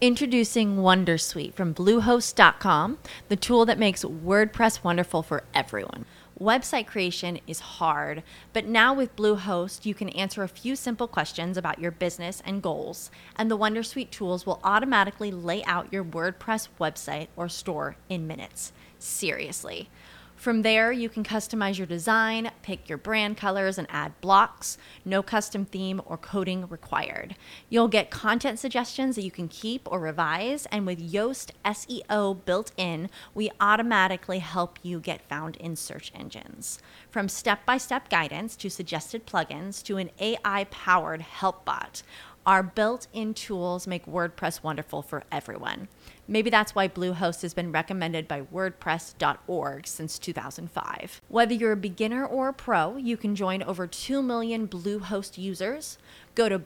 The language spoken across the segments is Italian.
Introducing Wondersuite from Bluehost.com, the tool that makes WordPress wonderful for everyone. Website creation is hard, but now with Bluehost, you can answer a few simple questions about your business and goals, and the Wondersuite tools will automatically lay out your WordPress website or store in minutes. Seriously. From there, you can customize your design, pick your brand colors, and add blocks. No custom theme or coding required. You'll get content suggestions that you can keep or revise, and with Yoast SEO built in, we automatically help you get found in search engines. From step-by-step guidance to suggested plugins to an AI-powered help bot, our built-in tools make WordPress wonderful for everyone. Maybe that's why Bluehost has been recommended by WordPress.org since 2005. Whether you're a beginner or a pro, you can join over 2 million Bluehost users. Go to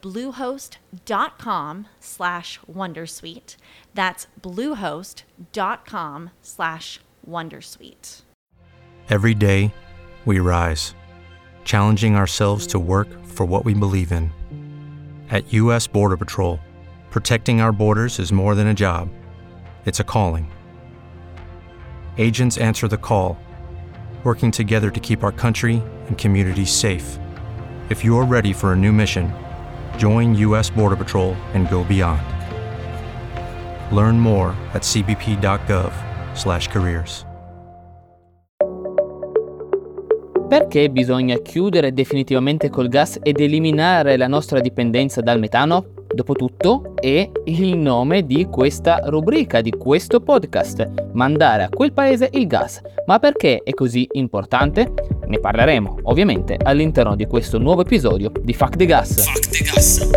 bluehost.com/wondersuite. That's bluehost.com/wondersuite. Every day, we rise, challenging ourselves to work for what we believe in. At U.S. Border Patrol, protecting our borders is more than a job. It's a calling. Agents answer the call, working together to keep our country and communities safe. If you're ready for a new mission, join U.S. Border Patrol and go beyond. Learn more at cbp.gov/careers. Perché bisogna chiudere definitivamente col gas ed eliminare la nostra dipendenza dal metano? Dopotutto è il nome di questa rubrica, di questo podcast, mandare a quel paese il gas. Ma perché è così importante? Ne parleremo ovviamente all'interno di questo nuovo episodio di Fuck the Gas. Fuck the Gas.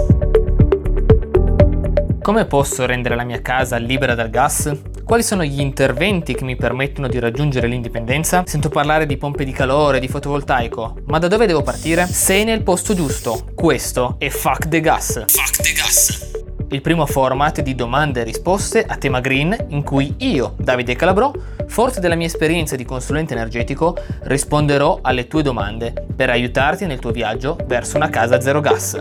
Come posso rendere la mia casa libera dal gas? Quali sono gli interventi che mi permettono di raggiungere l'indipendenza? Sento parlare di pompe di calore, di fotovoltaico, ma da dove devo partire? Sei nel posto giusto. Questo è Fuck the Gas. Fuck the Gas. Il primo format di domande e risposte a tema green in cui io, Davide Calabrò, forte della mia esperienza di consulente energetico, risponderò alle tue domande per aiutarti nel tuo viaggio verso una casa zero gas.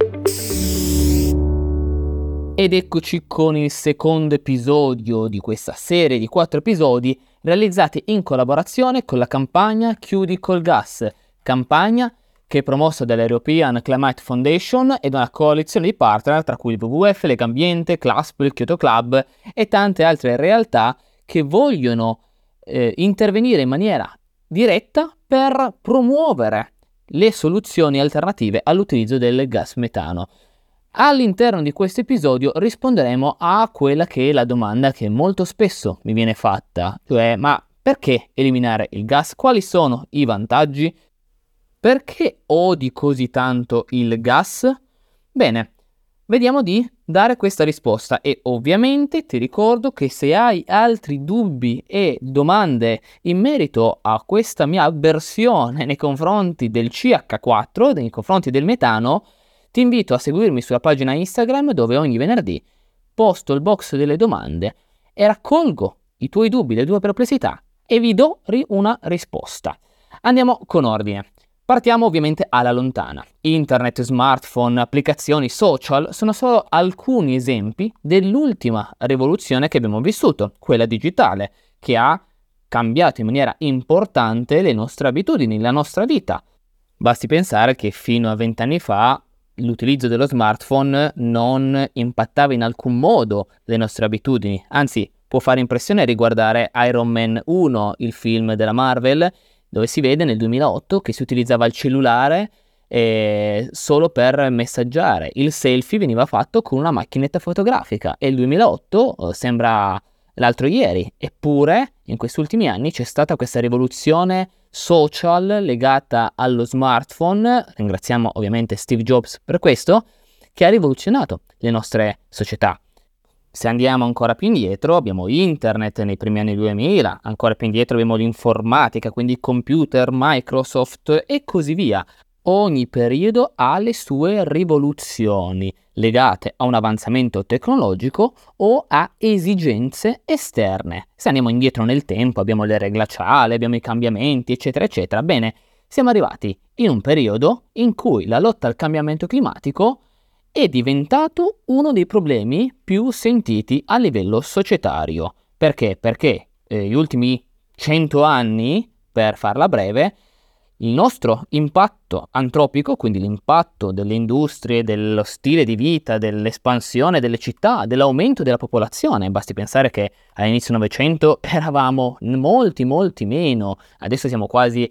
Ed eccoci con il secondo episodio di questa serie di 4 episodi realizzati in collaborazione con la campagna Chiudi col gas, campagna che è promossa dall'European Climate Foundation ed una coalizione di partner tra cui il WWF, Legambiente, CLASP, il Kyoto Club e tante altre realtà che vogliono intervenire in maniera diretta per promuovere le soluzioni alternative all'utilizzo del gas metano. All'interno di questo episodio risponderemo a quella che è la domanda che molto spesso mi viene fatta, cioè ma perché eliminare il gas? Quali sono i vantaggi? Perché odi così tanto il gas? Bene, vediamo di dare questa risposta e ovviamente ti ricordo che se hai altri dubbi e domande in merito a questa mia avversione nei confronti del CH4, nei confronti del metano, ti invito a seguirmi sulla pagina Instagram dove ogni venerdì posto il box delle domande e raccolgo i tuoi dubbi, le tue perplessità e vi do una risposta. Andiamo con ordine. Partiamo ovviamente alla lontana. Internet, smartphone, applicazioni, social sono solo alcuni esempi dell'ultima rivoluzione che abbiamo vissuto, quella digitale, che ha cambiato in maniera importante le nostre abitudini, la nostra vita. Basti pensare che fino a 20 anni fa l'utilizzo dello smartphone non impattava in alcun modo le nostre abitudini, anzi può fare impressione riguardare Iron Man 1, il film della Marvel, dove si vede nel 2008 che si utilizzava il cellulare solo per messaggiare. Il selfie veniva fatto con una macchinetta fotografica e il 2008 sembra l'altro ieri, eppure in questi ultimi anni c'è stata questa rivoluzione social legata allo smartphone, ringraziamo ovviamente Steve Jobs per questo, che ha rivoluzionato le nostre società. Se andiamo ancora più indietro abbiamo internet nei primi anni 2000, ancora più indietro abbiamo l'informatica, quindi computer, Microsoft e così via. Ogni periodo ha le sue rivoluzioni legate a un avanzamento tecnologico o a esigenze esterne. Se andiamo indietro nel tempo abbiamo l'era glaciale, abbiamo i cambiamenti, eccetera, eccetera. Bene, siamo arrivati in un periodo in cui la lotta al cambiamento climatico è diventato uno dei problemi più sentiti a livello societario. Perché? Perché gli ultimi 100 anni, per farla breve, il nostro impatto antropico, quindi l'impatto delle industrie, dello stile di vita, dell'espansione delle città, dell'aumento della popolazione, basti pensare che all'inizio Novecento eravamo molti meno, adesso siamo quasi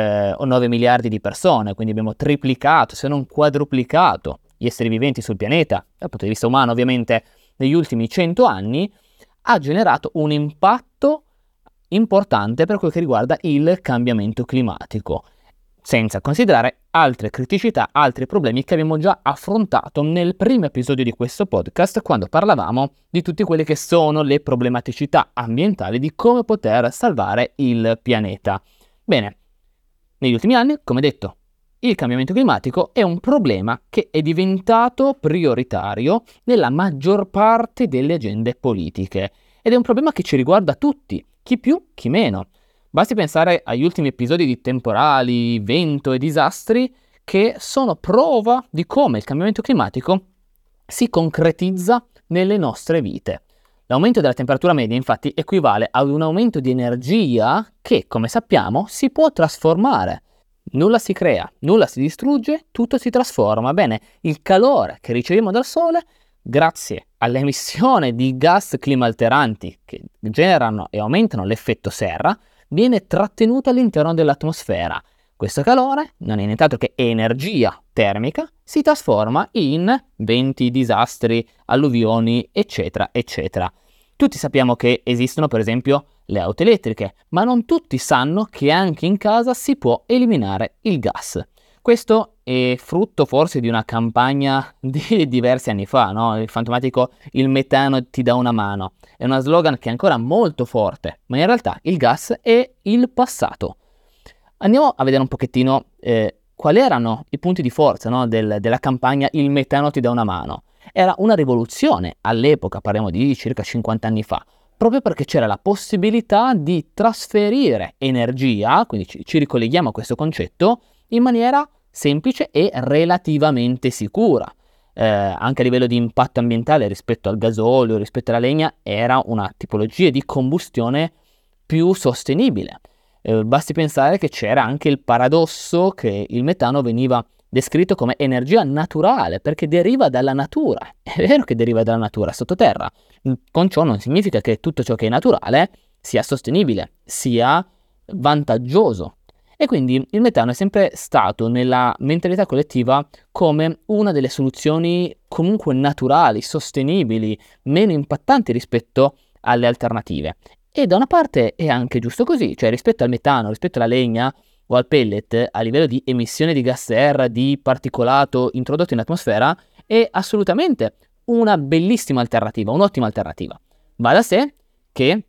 9 miliardi di persone, quindi abbiamo triplicato, se non quadruplicato gli esseri viventi sul pianeta, dal punto di vista umano ovviamente, negli ultimi 100 anni, ha generato un impatto importante per quel che riguarda il cambiamento climatico, senza considerare altre criticità, altri problemi che abbiamo già affrontato nel primo episodio di questo podcast, quando parlavamo di tutte quelle che sono le problematicità ambientali, di come poter salvare il pianeta. Bene, negli ultimi anni, come detto, il cambiamento climatico è un problema che è diventato prioritario nella maggior parte delle agende politiche ed è un problema che ci riguarda tutti, chi più, chi meno. Basti pensare agli ultimi episodi di temporali, vento e disastri che sono prova di come il cambiamento climatico si concretizza nelle nostre vite. L'aumento della temperatura media infatti equivale ad un aumento di energia che, come sappiamo, si può trasformare. Nulla si crea, nulla si distrugge, tutto si trasforma. Bene, il calore che riceviamo dal Sole, grazie all'emissione di gas climalteranti che generano e aumentano l'effetto serra, viene trattenuto all'interno dell'atmosfera. Questo calore non è nient'altro che energia termica, si trasforma in venti, disastri, alluvioni, eccetera, eccetera. Tutti sappiamo che esistono per esempio le auto elettriche, ma non tutti sanno che anche in casa si può eliminare il gas. Questo è frutto forse di una campagna di diversi anni fa, no? Il fantomatico "il metano ti dà una mano". È una slogan che è ancora molto forte, ma in realtà il gas è il passato. Andiamo a vedere un pochettino quali erano i punti di forza, no, della campagna "il metano ti dà una mano". Era una rivoluzione all'epoca, parliamo di circa 50 anni fa, proprio perché c'era la possibilità di trasferire energia, quindi ci ricolleghiamo a questo concetto, in maniera semplice e relativamente sicura. Anche a livello di impatto ambientale rispetto al gasolio, rispetto alla legna, era una tipologia di combustione più sostenibile. Basti pensare che c'era anche il paradosso che il metano veniva descritto come energia naturale, perché deriva dalla natura. È vero che deriva dalla natura sottoterra, con ciò non significa che tutto ciò che è naturale sia sostenibile, sia vantaggioso. E quindi il metano è sempre stato nella mentalità collettiva come una delle soluzioni comunque naturali, sostenibili, meno impattanti rispetto alle alternative. E da una parte è anche giusto così, cioè rispetto al metano, rispetto alla legna o al pellet, a livello di emissione di gas serra, di particolato introdotto in atmosfera, è assolutamente una bellissima alternativa, un'ottima alternativa. Va da sé che,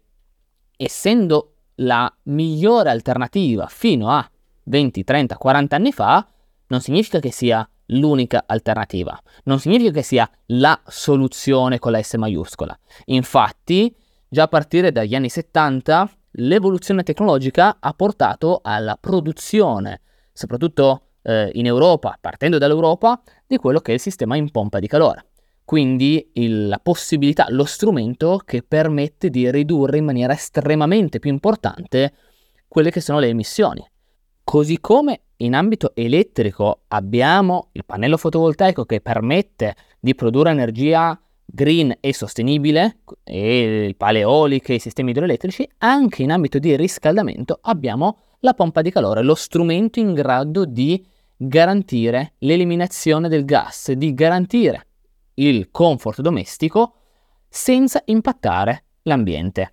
essendo la migliore alternativa fino a 20, 30, 40 anni fa, non significa che sia l'unica alternativa, non significa che sia la soluzione con la S maiuscola. Infatti, già a partire dagli anni 70, l'evoluzione tecnologica ha portato alla produzione, soprattutto in Europa, partendo dall'Europa, di quello che è il sistema in pompa di calore. Quindi la possibilità, lo strumento che permette di ridurre in maniera estremamente più importante quelle che sono le emissioni. Così come in ambito elettrico abbiamo il pannello fotovoltaico che permette di produrre energia green e sostenibile, e le pale eoliche, i sistemi idroelettrici, anche in ambito di riscaldamento abbiamo la pompa di calore, lo strumento in grado di garantire l'eliminazione del gas, di garantire il comfort domestico senza impattare l'ambiente.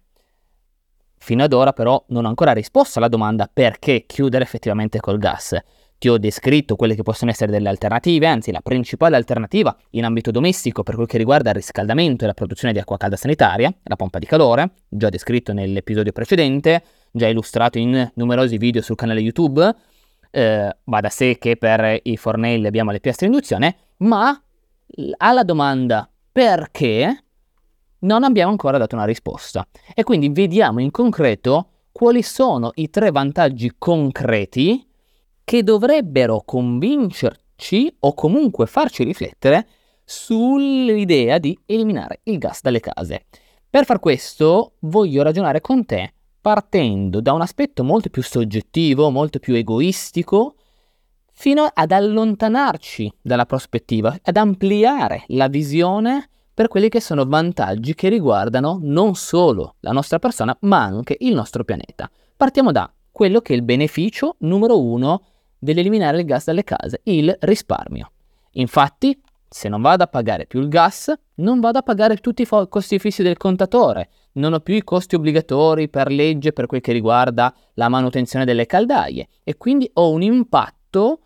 Fino ad ora però non ho ancora risposto alla domanda perché chiudere effettivamente col gas. Ti ho descritto quelle che possono essere delle alternative, anzi la principale alternativa in ambito domestico per quel che riguarda il riscaldamento e la produzione di acqua calda sanitaria, la pompa di calore, già descritto nell'episodio precedente, già illustrato in numerosi video sul canale YouTube. Va da sé che per i fornelli abbiamo le piastre a induzione, ma alla domanda perché non abbiamo ancora dato una risposta. E quindi vediamo in concreto quali sono i 3 vantaggi concreti che dovrebbero convincerci o comunque farci riflettere sull'idea di eliminare il gas dalle case. Per far questo voglio ragionare con te partendo da un aspetto molto più soggettivo, molto più egoistico, fino ad allontanarci dalla prospettiva, ad ampliare la visione per quelli che sono vantaggi che riguardano non solo la nostra persona, ma anche il nostro pianeta. Partiamo da quello che è il beneficio numero 1 dell'eliminare il gas dalle case, il risparmio. Infatti, se non vado a pagare più il gas, non vado a pagare tutti i costi fissi del contatore, non ho più i costi obbligatori per legge per quel che riguarda la manutenzione delle caldaie e quindi ho un impatto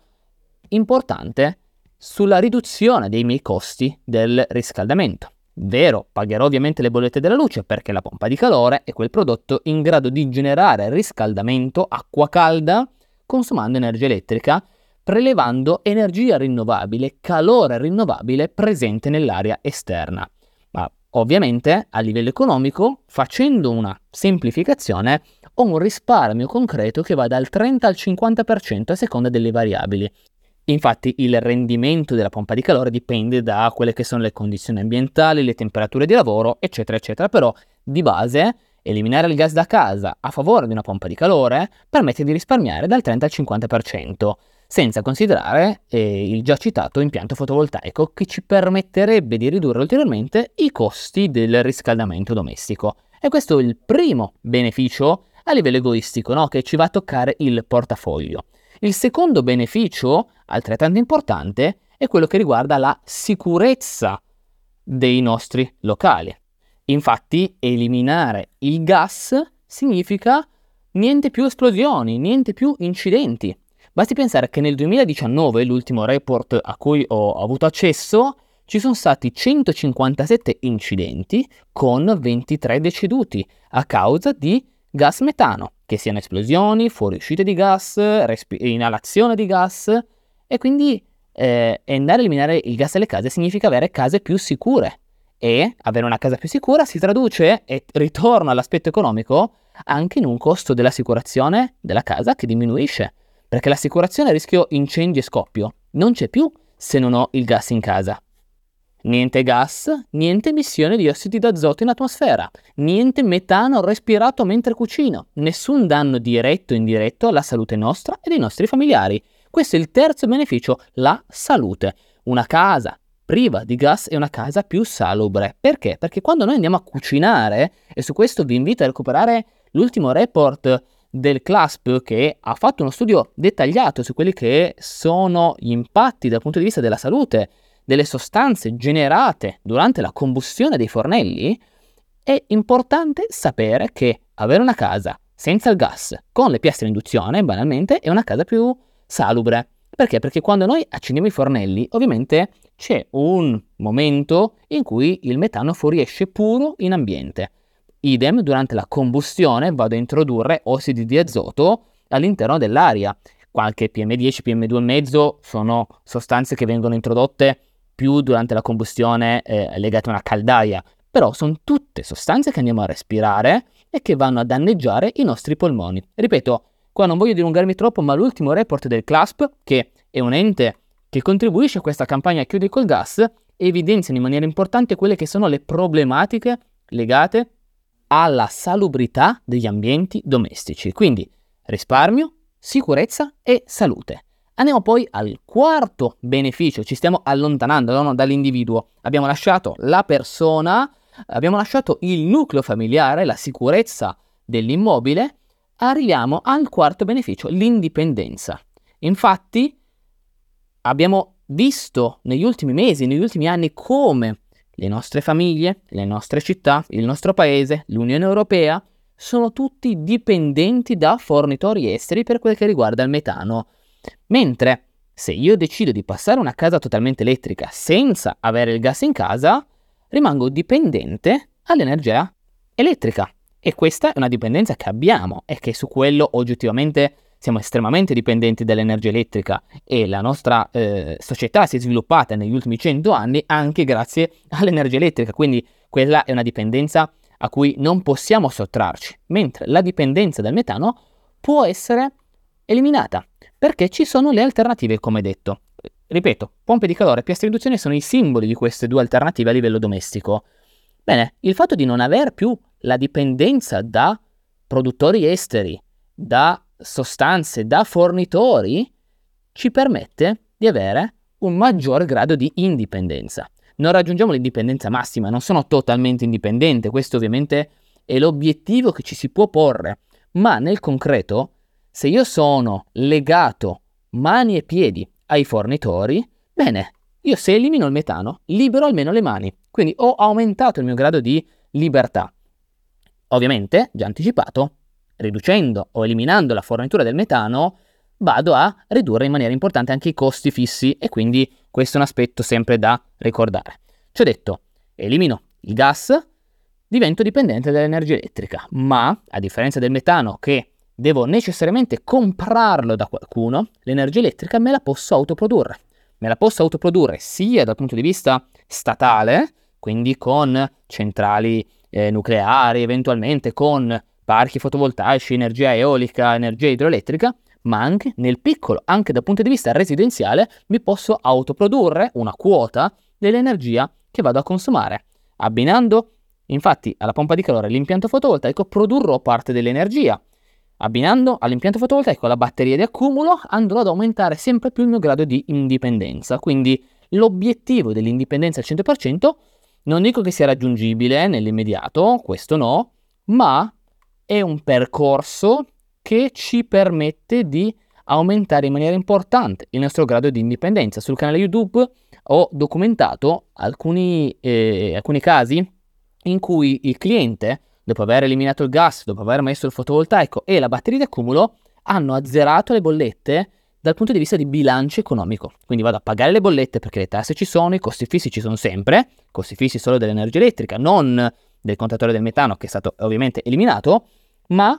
importante sulla riduzione dei miei costi del riscaldamento. Vero, pagherò ovviamente le bollette della luce perché la pompa di calore è quel prodotto in grado di generare riscaldamento, acqua calda, consumando energia elettrica, prelevando energia rinnovabile, calore rinnovabile presente nell'aria esterna. Ma ovviamente a livello economico, facendo una semplificazione, ho un risparmio concreto che va dal 30 al 50% a seconda delle variabili. Infatti il rendimento della pompa di calore dipende da quelle che sono le condizioni ambientali, le temperature di lavoro, eccetera, eccetera. Però di base eliminare il gas da casa a favore di una pompa di calore permette di risparmiare dal 30 al 50%, senza considerare il già citato impianto fotovoltaico che ci permetterebbe di ridurre ulteriormente i costi del riscaldamento domestico. E questo è il primo beneficio a livello egoistico, no? Che ci va a toccare il portafoglio. Il secondo beneficio, altrettanto importante, è quello che riguarda la sicurezza dei nostri locali. Infatti, eliminare il gas significa niente più esplosioni, niente più incidenti. Basti pensare che nel 2019, l'ultimo report a cui ho avuto accesso, ci sono stati 157 incidenti con 23 deceduti a causa di gas metano, che siano esplosioni, fuoriuscite di gas, inalazione di gas, e quindi andare a eliminare il gas dalle case significa avere case più sicure, e avere una casa più sicura si traduce, e ritorno all'aspetto economico, anche in un costo dell'assicurazione della casa che diminuisce, perché l'assicurazione a rischio incendi e scoppio non c'è più se non ho il gas in casa. Niente gas, niente emissione di ossidi d'azoto in atmosfera, niente metano respirato mentre cucino, nessun danno diretto o indiretto alla salute nostra e dei nostri familiari. Questo è il terzo beneficio, la salute. Una casa priva di gas è una casa più salubre. Perché? Perché quando noi andiamo a cucinare, e su questo vi invito a recuperare l'ultimo report del CLASP che ha fatto uno studio dettagliato su quelli che sono gli impatti dal punto di vista della salute delle sostanze generate durante la combustione dei fornelli, è importante sapere che avere una casa senza il gas, con le piastre a induzione, banalmente, è una casa più salubre. Perché? Perché quando noi accendiamo i fornelli, ovviamente c'è un momento in cui il metano fuoriesce puro in ambiente. Idem, durante la combustione vado a introdurre ossidi di azoto all'interno dell'aria. Qualche PM10, PM2,5 sono sostanze che vengono introdotte più durante la combustione legate a una caldaia, però sono tutte sostanze che andiamo a respirare e che vanno a danneggiare i nostri polmoni. Ripeto, qua non voglio dilungarmi troppo, ma l'ultimo report del CLASP, che è un ente che contribuisce a questa campagna Chiudi col gas, evidenziano in maniera importante quelle che sono le problematiche legate alla salubrità degli ambienti domestici. Quindi risparmio, sicurezza e salute. Andiamo poi al quarto beneficio, ci stiamo allontanando dall'individuo. Abbiamo lasciato la persona, abbiamo lasciato il nucleo familiare, la sicurezza dell'immobile, arriviamo al quarto beneficio, l'indipendenza. Infatti abbiamo visto negli ultimi mesi, negli ultimi anni come le nostre famiglie, le nostre città, il nostro paese, l'Unione Europea sono tutti dipendenti da fornitori esteri per quel che riguarda il metano. Mentre se io decido di passare una casa totalmente elettrica senza avere il gas in casa, rimango dipendente all'energia elettrica. E questa è una dipendenza che abbiamo e che su quello oggettivamente siamo estremamente dipendenti dall'energia elettrica, e la nostra società si è sviluppata negli ultimi 100 anni anche grazie all'energia elettrica, quindi quella è una dipendenza a cui non possiamo sottrarci, mentre la dipendenza dal metano può essere eliminata, perché ci sono le alternative, come detto. ripeto, pompe di calore e piastre di induzione sono i simboli di queste due alternative a livello domestico. Bene, il fatto di non aver più la dipendenza da produttori esteri, da sostanze, da fornitori, ci permette di avere un maggior grado di indipendenza. Non raggiungiamo l'indipendenza massima, non sono totalmente indipendente, questo ovviamente è l'obiettivo che ci si può porre, ma nel concreto, se io sono legato mani e piedi ai fornitori, bene, io se elimino il metano, libero almeno le mani, quindi ho aumentato il mio grado di libertà. Ovviamente, già anticipato, riducendo o eliminando la fornitura del metano, vado a ridurre in maniera importante anche i costi fissi e quindi questo è un aspetto sempre da ricordare. Ciò detto, elimino il gas, divento dipendente dall'energia elettrica, ma a differenza del metano che devo necessariamente comprarlo da qualcuno, l'energia elettrica me la posso autoprodurre. Me la posso autoprodurre sia dal punto di vista statale, quindi con centrali nucleari, eventualmente con parchi fotovoltaici, energia eolica, energia idroelettrica, ma anche nel piccolo, anche dal punto di vista residenziale, mi posso autoprodurre una quota dell'energia che vado a consumare. Abbinando infatti alla pompa di calore l'impianto fotovoltaico produrrò parte dell'energia. Abbinando all'impianto fotovoltaico la batteria di accumulo andrò ad aumentare sempre più il mio grado di indipendenza. Quindi l'obiettivo dell'indipendenza al 100% non dico che sia raggiungibile nell'immediato, questo no, ma è un percorso che ci permette di aumentare in maniera importante il nostro grado di indipendenza. Sul canale YouTube ho documentato alcuni casi in cui il cliente, dopo aver eliminato il gas, dopo aver messo il fotovoltaico e la batteria di accumulo, hanno azzerato le bollette dal punto di vista di bilancio economico. Quindi vado a pagare le bollette perché le tasse ci sono, i costi fissi ci sono sempre, costi fissi solo dell'energia elettrica, non del contatore del metano che è stato ovviamente eliminato, ma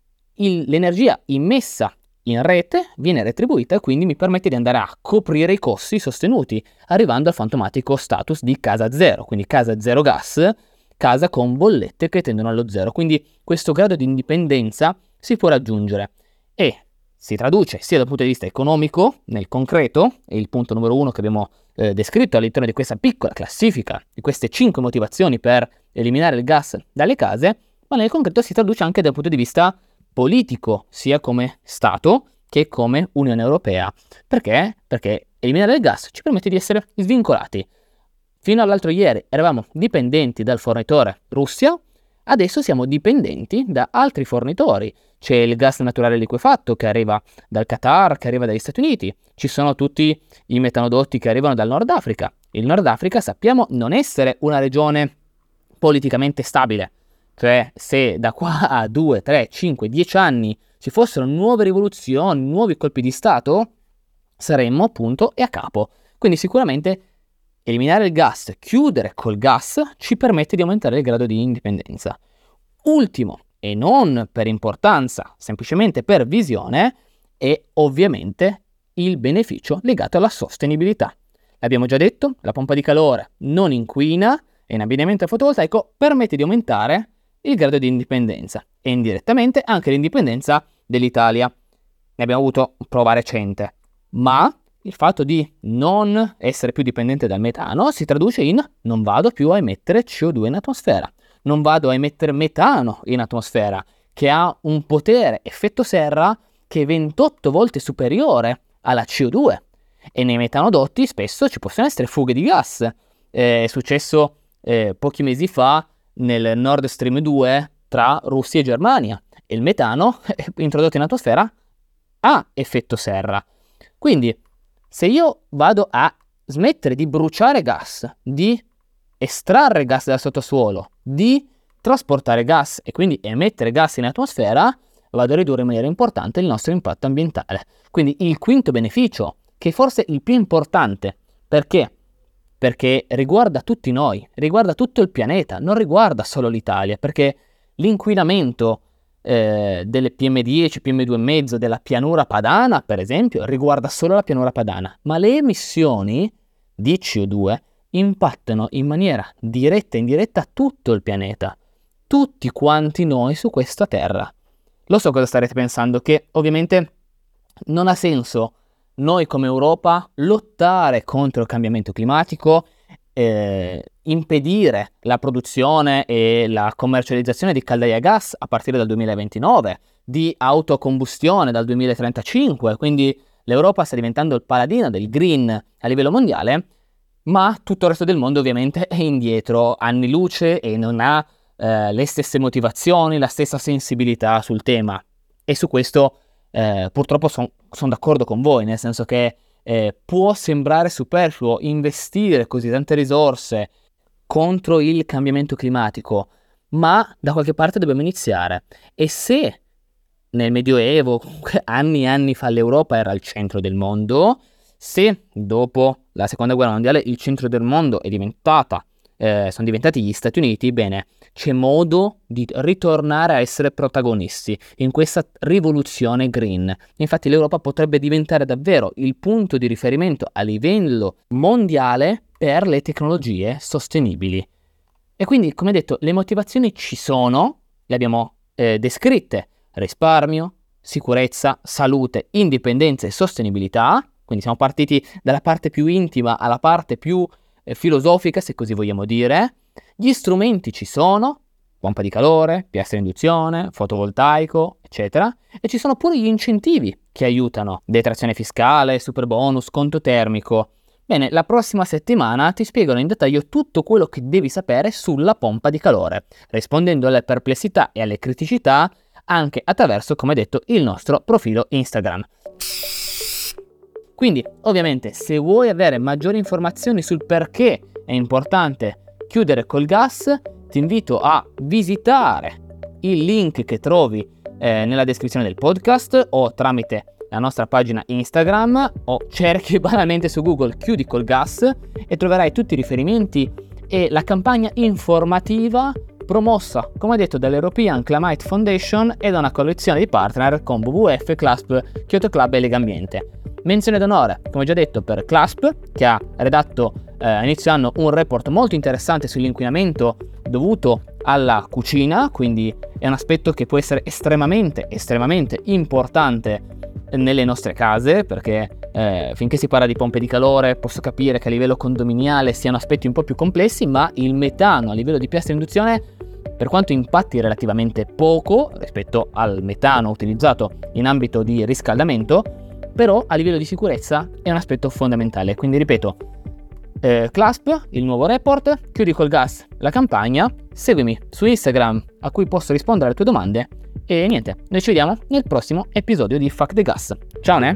l'energia immessa in rete viene retribuita e quindi mi permette di andare a coprire i costi sostenuti, arrivando al fantomatico status di casa zero, quindi casa zero gas, casa con bollette che tendono allo zero. Quindi questo grado di indipendenza si può raggiungere e si traduce sia dal punto di vista economico, nel concreto, è il punto numero 1 che abbiamo descritto all'interno di questa piccola classifica, di queste 5 motivazioni per eliminare il gas dalle case, ma nel concreto si traduce anche dal punto di vista politico, sia come Stato che come Unione Europea. Perché? Perché eliminare il gas ci permette di essere svincolati. Fino all'altro ieri eravamo dipendenti dal fornitore Russia, adesso siamo dipendenti da altri fornitori. C'è il gas naturale liquefatto che arriva dal Qatar, che arriva dagli Stati Uniti, ci sono tutti i metanodotti che arrivano dal Nord Africa. Il Nord Africa sappiamo non essere una regione politicamente stabile, cioè se da qua a 2, 3, 5, 10 anni ci fossero nuove rivoluzioni, nuovi colpi di Stato, saremmo punto e a capo. Quindi sicuramente eliminare il gas, chiudere col gas, ci permette di aumentare il grado di indipendenza. Ultimo, e non per importanza, semplicemente per visione, è ovviamente il beneficio legato alla sostenibilità. L'abbiamo già detto, la pompa di calore non inquina e in abbinamento al fotovoltaico permette di aumentare il grado di indipendenza e indirettamente anche l'indipendenza dell'Italia. Ne abbiamo avuto prova recente, ma il fatto di non essere più dipendente dal metano si traduce in non vado più a emettere CO2 in atmosfera, non vado a emettere metano in atmosfera, che ha un potere effetto serra che è 28 volte superiore alla CO2 e nei metanodotti spesso ci possono essere fughe di gas. È successo pochi mesi fa nel Nord Stream 2 tra Russia e Germania e il metano introdotto in atmosfera ha effetto serra. Quindi se io vado a smettere di bruciare gas, di estrarre gas dal sottosuolo, di trasportare gas e quindi emettere gas in atmosfera, vado a ridurre in maniera importante il nostro impatto ambientale. Quindi il quinto beneficio, che è forse il più importante, perché? Perché riguarda tutti noi, riguarda tutto il pianeta, non riguarda solo l'Italia, perché l'inquinamento delle PM10, PM2,5 della pianura padana, per esempio, riguarda solo la pianura padana, ma le emissioni di CO2 impattano in maniera diretta e indiretta tutto il pianeta, tutti quanti noi su questa terra. Lo so cosa starete pensando, che ovviamente non ha senso noi come Europa lottare contro il cambiamento climatico, impedire la produzione e la commercializzazione di caldaie a gas a partire dal 2029, di autocombustione dal 2035, quindi l'Europa sta diventando il paladino del green a livello mondiale, ma tutto il resto del mondo ovviamente è indietro anni luce e non ha le stesse motivazioni, la stessa sensibilità sul tema. E su questo purtroppo sono d'accordo con voi, nel senso che può sembrare superfluo investire così tante risorse contro il cambiamento climatico, ma da qualche parte dobbiamo iniziare. E se nel Medioevo, comunque anni e anni fa, l'Europa era al centro del mondo, se dopo la Seconda Guerra Mondiale il centro del mondo sono diventati gli Stati Uniti, bene, c'è modo di ritornare a essere protagonisti in questa rivoluzione green. Infatti l'Europa potrebbe diventare davvero il punto di riferimento a livello mondiale per le tecnologie sostenibili. E quindi, come detto, le motivazioni ci sono, le abbiamo descritte: risparmio, sicurezza, salute, indipendenza e sostenibilità. Quindi siamo partiti dalla parte più intima alla parte più filosofica, se così vogliamo dire. Gli strumenti ci sono: pompa di calore, piastra a induzione, fotovoltaico, eccetera, e ci sono pure gli incentivi che aiutano: detrazione fiscale, super bonus, conto termico. Bene, la prossima settimana ti spiegano in dettaglio tutto quello che devi sapere sulla pompa di calore, rispondendo alle perplessità e alle criticità anche attraverso, come detto, il nostro profilo Instagram. Quindi, ovviamente, se vuoi avere maggiori informazioni sul perché è importante chiudere col gas, ti invito a visitare il link che trovi nella descrizione del podcast o tramite la nostra pagina Instagram, o cerchi banalmente su Google "chiudi col gas" e troverai tutti i riferimenti e la campagna informativa promossa, come detto, dall'European Climate Foundation e da una collezione di partner con WWF, CLASP, Kyoto Club e Legambiente. Menzione d'onore, come già detto, per CLASP, che ha redatto a inizio anno un report molto interessante sull'inquinamento dovuto alla cucina, quindi è un aspetto che può essere estremamente importante nelle nostre case, perché finché si parla di pompe di calore posso capire che a livello condominiale siano aspetti un po' più complessi, ma il metano a livello di piastra induzione, per quanto impatti relativamente poco rispetto al metano utilizzato in ambito di riscaldamento, però a livello di sicurezza è un aspetto fondamentale. Quindi ripeto, CLASP, il nuovo report, chiudi col gas la campagna, seguimi su Instagram a cui posso rispondere alle tue domande e niente, noi ci vediamo nel prossimo episodio di Fuck the Gas. Ciao ne!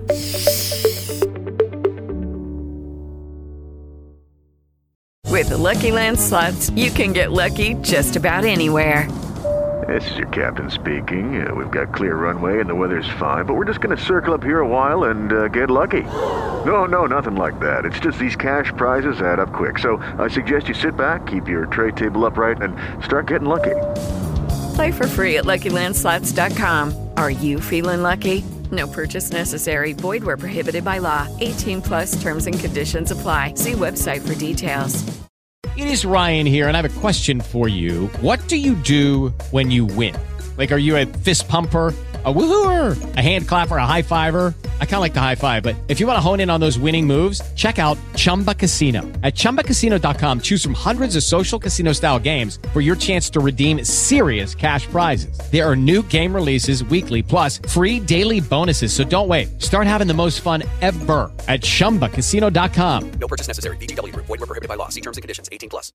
With the Lucky Land Slots, you can get lucky just about anywhere. This is your captain speaking. We've got clear runway and the weather's fine, but we're just going to circle up here a while and get lucky. No, nothing like that. It's just these cash prizes add up quick. So I suggest you sit back, keep your tray table upright, and start getting lucky. Play for free at LuckyLandSlots.com. Are you feeling lucky? No purchase necessary. Void where prohibited by law. 18+ terms and conditions apply. See website for details. It is Ryan here, and I have a question for you. What do you do when you win? Like, are you a fist pumper, a woohooer, a hand clapper, a high fiver? I kind of like the high five, but if you want to hone in on those winning moves, check out Chumba Casino. At ChumbaCasino.com, choose from hundreds of social casino-style games for your chance to redeem serious cash prizes. There are new game releases weekly, plus free daily bonuses, so don't wait. Start having the most fun ever at ChumbaCasino.com. No purchase necessary. VGW Group. Void where prohibited by law. See terms and conditions. 18+.